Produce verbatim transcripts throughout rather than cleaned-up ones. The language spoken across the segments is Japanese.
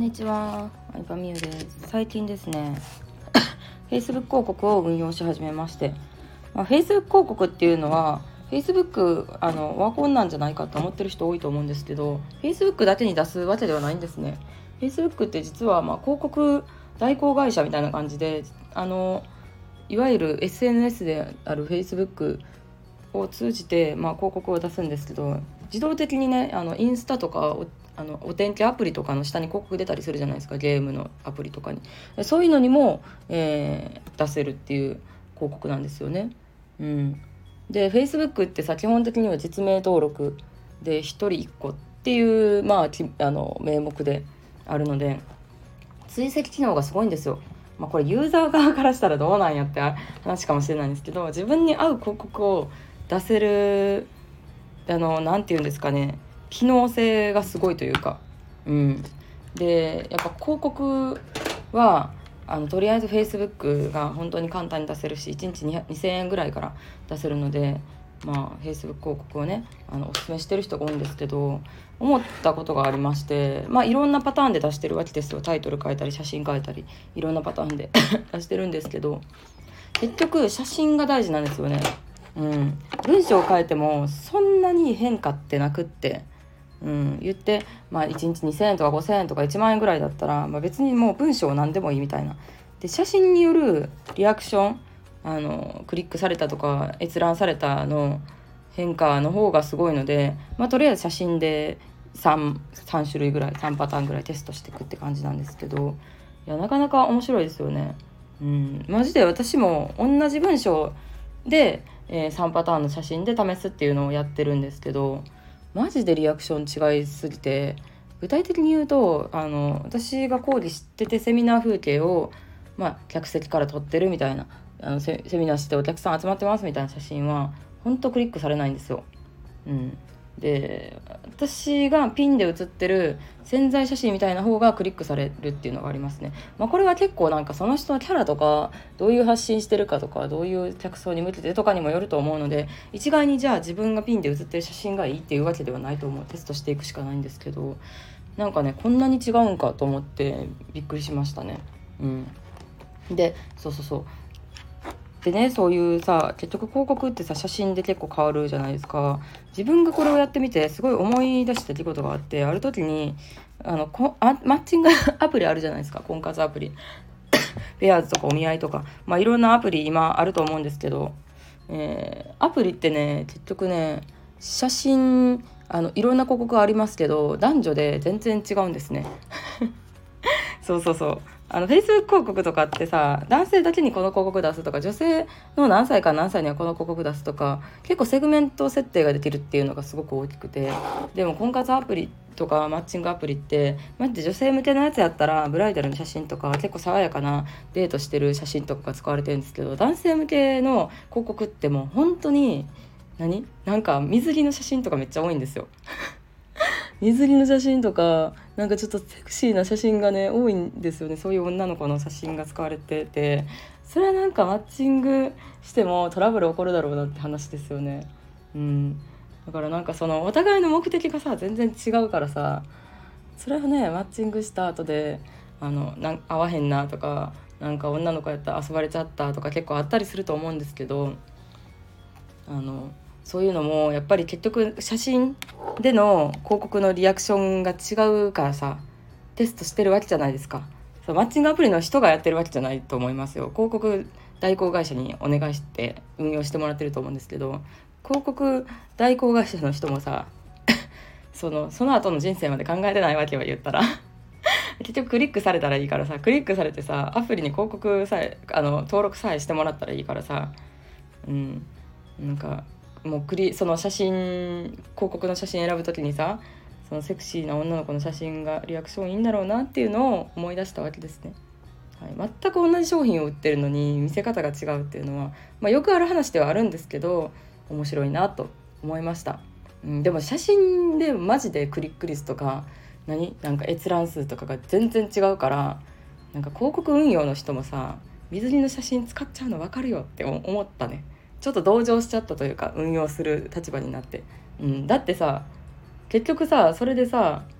にちは、相葉美優です。最近ですねFacebook 広告を運用し始めまして、まあ、Facebook 広告っていうのは Facebook あのワコンなんじゃないかと思ってる人多いと思うんですけど、 Facebook だけに出すわけではないんですね。 Facebook って実はまあ広告代行会社みたいな感じで、あのいわゆる エスエヌエス である Facebook を通じて、まあ、広告を出すんですけど、自動的にね、あのインスタとかおあのお天気アプリとかの下に広告出たりするじゃないですか、ゲームのアプリとかに。そういうのにも、えー出せるっていう広告なんですよね。うん、で Facebook ってさ、基本的には実名登録でひとりいっこっていう、まあ、きあの名目であるので、追跡機能がすごいんですよ。まあ、これユーザー側からしたらどうなんやって話かもしれないんですけど、自分に合う広告を出せる、あのなんていうんですかね、機能性がすごいというか、うん、でやっぱ広告はあのとりあえず Facebook が本当に簡単に出せるし、いちにちにせんえんぐらいから出せるので、まあ Facebook 広告をね、あのおすすめしてる人が多いんですけど、思ったことがありまして、まあいろんなパターンで出してるわけですよ。タイトル変えたり写真変えたり、いろんなパターンで出してるんですけど、結局写真が大事なんですよね。うん、文章を変えてもそんなに変化ってなくって、うん、言って、まあ、いちにちにせんえんとかごせんえんとかいちまんえんぐらいだったら、まあ、別にもう文章何でもいいみたいな。で写真によるリアクション、あのクリックされたとか閲覧されたの変化の方がすごいので、まあ、とりあえず写真で 3, さん種類ぐらいさんパターンぐらいテストしていくって感じなんですけど、いやなかなか面白いですよね。うん、マジで私も同じ文章で、えー、さんパターンの写真で試すっていうのをやってるんですけど、マジでリアクション違いすぎて、具体的に言うと、あの私が講義しててセミナー風景を、まあ、客席から撮ってるみたいな、あの セ, セミナーしてお客さん集まってますみたいな写真は本当クリックされないんですよ。うん、で私がピンで写ってる宣材写真みたいな方がクリックされるっていうのがありますね。まあ、これは結構なんかその人のキャラとかどういう発信してるかとかどういう客層に向けてとかにもよると思うので、一概にじゃあ自分がピンで写ってる写真がいいっていうわけではないと思う。テストしていくしかないんですけど、なんかね、こんなに違うんかと思ってびっくりしましたね。うん、でそうそうそうでね、そういうさ、結局広告ってさ、写真で結構変わるじゃないですか。自分がこれをやってみてすごい思い出した出来事があって、ある時にあのこあマッチングアプリあるじゃないですか、婚活アプリペアーズとかお見合いとか、まあいろんなアプリ今あると思うんですけど、えー、アプリってね、結局ね、写真あのいろんな広告ありますけど、男女で全然違うんですね。そうそうそう、あの Facebook 広告とかってさ、男性だけにこの広告出すとか、女性の何歳から何歳にはこの広告出すとか、結構セグメント設定ができるっていうのがすごく大きくて、でも婚活アプリとかマッチングアプリってマジで女性向けのやつやったらブライダルの写真とか結構爽やかなデートしてる写真とかが使われてるんですけど、男性向けの広告ってもう本当に何なんか水着の写真とかめっちゃ多いんですよ。水着の写真とか、なんかちょっとセクシーな写真がね多いんですよね。そういう女の子の写真が使われてて、それはなんかマッチングしてもトラブル起こるだろうなって話ですよね。うん、だからなんかそのお互いの目的がさ全然違うからさ、それはね、マッチングした後であのなん合わへんなとか、なんか女の子やったら遊ばれちゃったとか結構あったりすると思うんですけど、あのそういうのもやっぱり結局写真での広告のリアクションが違うからさ、テストしてるわけじゃないですか。そう、マッチングアプリの人がやってるわけじゃないと思いますよ。広告代行会社にお願いして運用してもらってると思うんですけど、広告代行会社の人もさそのその後の人生まで考えてないわけは言ったら結局クリックされたらいいからさ、クリックされてさ、アプリに広告さえあの登録さえしてもらったらいいからさ、うん、なんかもうクリその写真広告の写真選ぶときにさ、そのセクシーな女の子の写真がリアクションいいんだろうなっていうのを思い出したわけですね。はい、全く同じ商品を売ってるのに見せ方が違うっていうのは、まあ、よくある話ではあるんですけど、面白いなと思いました。うん、でも写真でマジでクリック率とか何なんか閲覧数とかが全然違うから、なんか広告運用の人もさ、水着の写真使っちゃうの分かるよって思ったね。ちょっと同情しちゃったというか、運用する立場になって、うん、だってさ結局さ、それでさ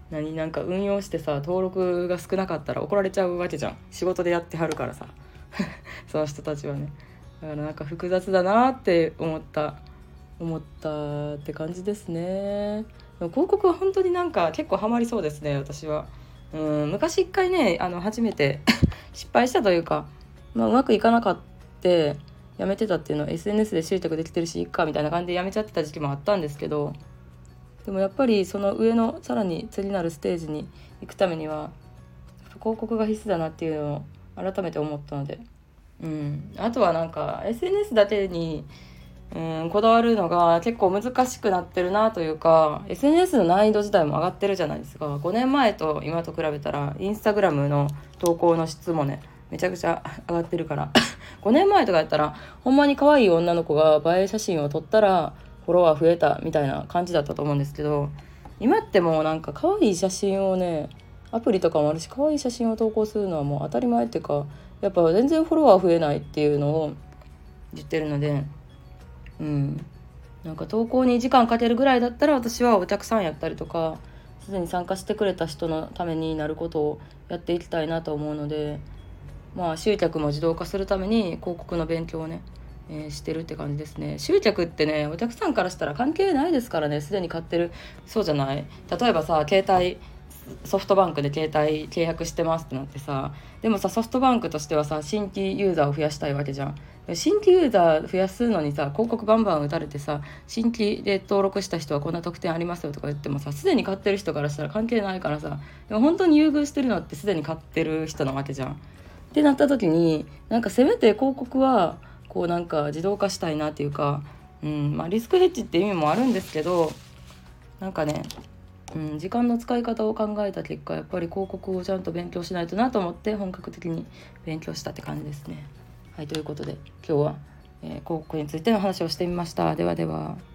何なんか運用してさ登録が少なかったら怒られちゃうわけじゃん。仕事でやってはるからさその人たちはね。だからなんか複雑だなって思った思ったって感じですね。でも広告は本当になんか結構ハマりそうですね、私は。うん昔一回ねあの初めて失敗したというか、まあ、うまくいかなかってやめてたっていうのは エスエヌエス で集客できてるしいっかみたいな感じでやめちゃってた時期もあったんですけど、でもやっぱりその上のさらに次なるステージに行くためには広告が必須だなっていうのを改めて思ったので、うん、あとはなんか エスエヌエス だけに、うん、こだわるのが結構難しくなってるなというか、 エスエヌエス の難易度自体も上がってるじゃないですか。ごねんまえと今と比べたらインスタグラムの投稿の質もねめちゃくちゃ上がってるからごねんまえとかやったらほんまに可愛い女の子が映え写真を撮ったらフォロワー増えたみたいな感じだったと思うんですけど、今ってもうなんか可愛い写真をね、アプリとかもあるし可愛い写真を投稿するのはもう当たり前っていうか、やっぱ全然フォロワー増えないっていうのを言ってるので、うんなんか投稿に時間かけるぐらいだったら私はお客さんやったりとかすでに参加してくれた人のためになることをやっていきたいなと思うので、まあ集客も自動化するために広告の勉強をね、えーしてるって感じですね。集客ってねお客さんからしたら関係ないですからね、すでに買ってる。そうじゃない？例えばさ携帯ソフトバンクで携帯契約してますってなってさ、でもさソフトバンクとしてはさ新規ユーザーを増やしたいわけじゃん。新規ユーザー増やすのにさ広告バンバン打たれてさ、新規で登録した人はこんな特典ありますよとか言ってもさ、すでに買ってる人からしたら関係ないからさ、でも本当に優遇してるのってすでに買ってる人なわけじゃん。ってなった時になんかせめて広告はこうなんか自動化したいなっていうか、うんまあリスクヘッジって意味もあるんですけど、なんかねうん、時間の使い方を考えた結果やっぱり広告をちゃんと勉強しないとなと思って本格的に勉強したって感じですね。はい、ということで今日は、えー広告についての話をしてみました。ではでは。